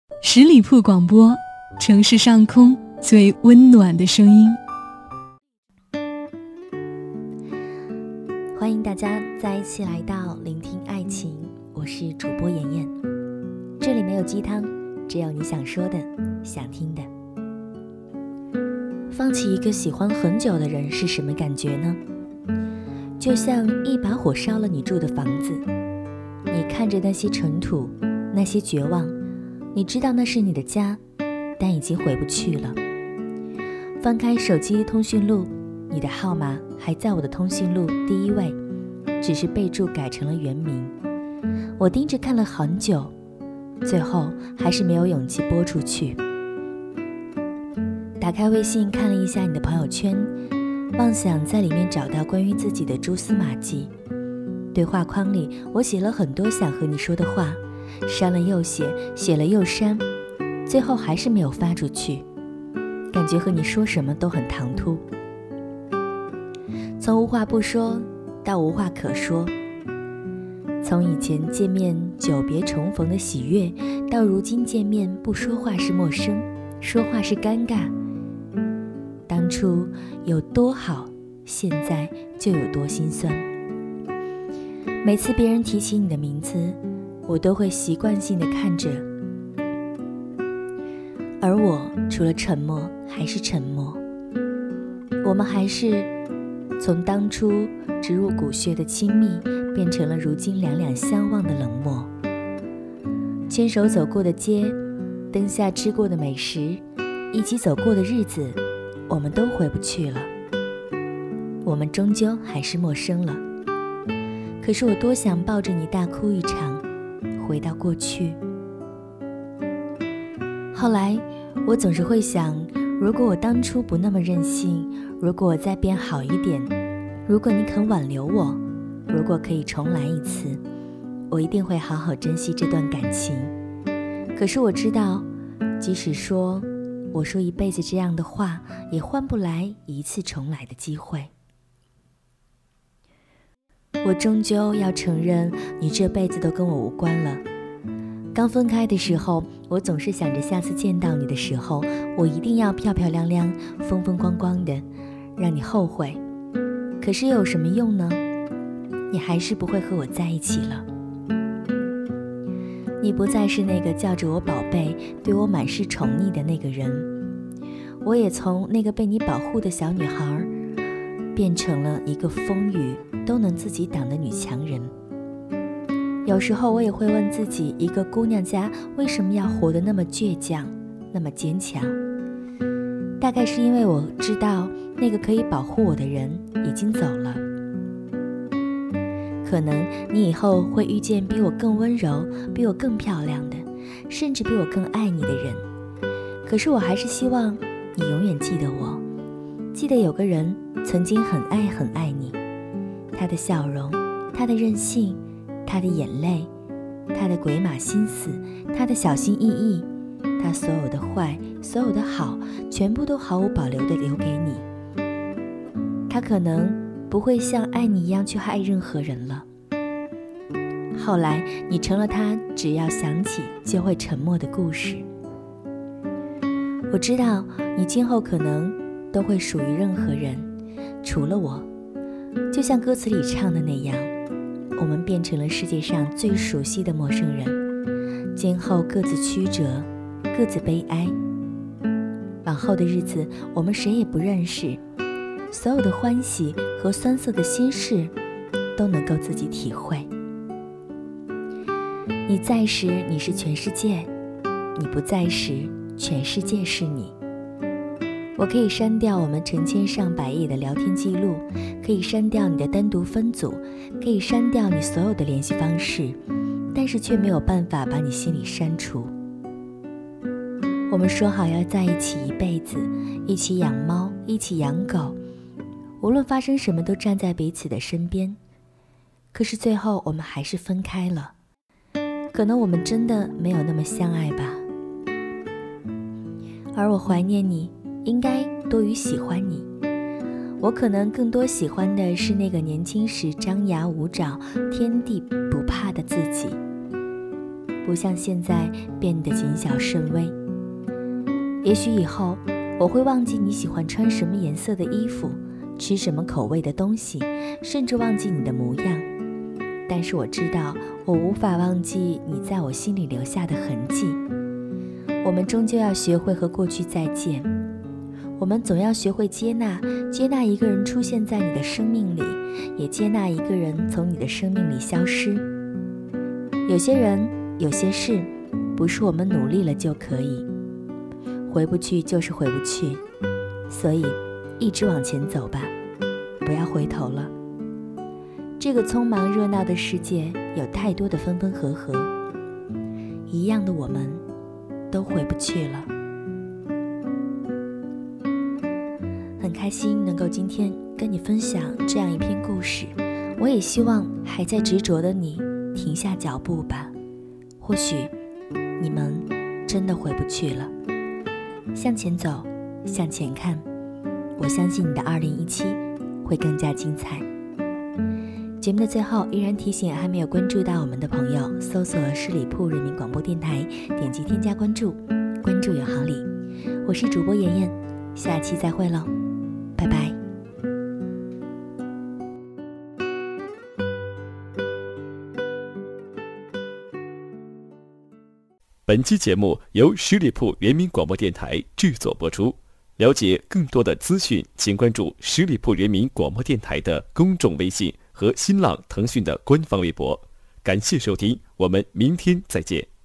十里铺广播，城市上空最温暖的声音。 欢迎大家再一起来到聆听爱情，我是主播妍妍。这里没有鸡汤，只有你想说的、想听的。放弃一个喜欢很久的人是什么感觉呢？就像一把火烧了你住的房子，你看着那些尘土，那些绝望，你知道那是你的家，但已经回不去了。翻开手机通讯录，你的号码还在我的通讯录第1位，只是备注改成了原名。我盯着看了很久，最后还是没有勇气拨出去。打开微信看了一下你的朋友圈，妄想在里面找到关于自己的蛛丝马迹。对话框里我写了很多想和你说的话，删了又写，写了又删，最后还是没有发出去。感觉和你说什么都很唐突，从无话不说到无话可说，从以前见面久别重逢的喜悦，到如今见面不说话是陌生，说话是尴尬。当初有多好，现在就有多心酸。每次别人提起你的名字，我都会习惯性地看着，而我除了沉默还是沉默。我们还是从当初植入骨血的亲密，变成了如今两两相望的冷漠。牵手走过的街，灯下吃过的美食，一起走过的日子，我们都回不去了。我们终究还是陌生了。可是我多想抱着你大哭一场，回到过去。后来我总是会想，如果我当初不那么任性，如果我再变好一点，如果你肯挽留我，如果可以重来一次，我一定会好好珍惜这段感情。可是我知道，即使我说一辈子这样的话，也换不来一次重来的机会。我终究要承认，你这辈子都跟我无关了。刚分开的时候，我总是想着下次见到你的时候，我一定要漂漂亮亮、风风光光的，让你后悔。可是又有什么用呢？你还是不会和我在一起了。你不再是那个叫着我宝贝、对我满是宠溺的那个人，我也从那个被你保护的小女孩，变成了一个风雨都能自己挡的女强人。有时候我也会问自己，一个姑娘家为什么要活得那么倔强，那么坚强？大概是因为我知道，那个可以保护我的人已经走了。可能你以后会遇见比我更温柔、比我更漂亮的，甚至比我更爱你的人。可是我还是希望你永远记得我，记得有个人曾经很爱很爱你，他的笑容，他的任性，他的眼泪，他的鬼马心思，他的小心翼翼，他所有的坏，所有的好，全部都毫无保留地留给你。他可能不会像爱你一样去爱任何人了。后来你成了他只要想起就会沉默的故事。我知道你今后可能都会属于任何人，除了我。就像歌词里唱的那样，我们变成了世界上最熟悉的陌生人，今后各自曲折，各自悲哀。往后的日子，我们谁也不认识，所有的欢喜和酸涩的心事都能够自己体会。你在时，你是全世界；你不在时，全世界是你。我可以删掉我们成千上百页的聊天记录，可以删掉你的单独分组，可以删掉你所有的联系方式，但是却没有办法把你心里删除。我们说好要在一起一辈子，一起养猫，一起养狗，无论发生什么都站在彼此的身边。可是最后我们还是分开了，可能我们真的没有那么相爱吧。而我怀念你，应该多于喜欢你。我可能更多喜欢的是那个年轻时张牙舞爪、天地不怕的自己。 不像现在变得谨小慎微。也许以后我会忘记你喜欢穿什么颜色的衣服，吃什么口味的东西，甚至忘记你的模样。但是我知道，我无法忘记你在我心里留下的痕迹。我们终究要学会和过去再见，我们总要学会接纳一个人出现在你的生命里，也接纳一个人从你的生命里消失。有些人，有些事，不是我们努力了就可以，回不去就是回不去，所以一直往前走吧，不要回头了。这个匆忙热闹的世界有太多的分分合合，一样的我们都回不去了。很开心能够今天跟你分享这样一篇故事，我也希望还在执着的你停下脚步吧，或许你们真的回不去了。向前走，向前看，我相信你的2017会更加精彩。节目的最后依然提醒还没有关注到我们的朋友，搜索十里铺人民广播电台，点击添加关注，关注有好礼。我是主播妍妍，下期再会喽，拜拜。 本期节目由十里铺人民广播电台制作播出。了解更多的资讯，请关注十里铺人民广播电台的公众微信和新浪、腾讯的官方微博。感谢收听，我们明天再见。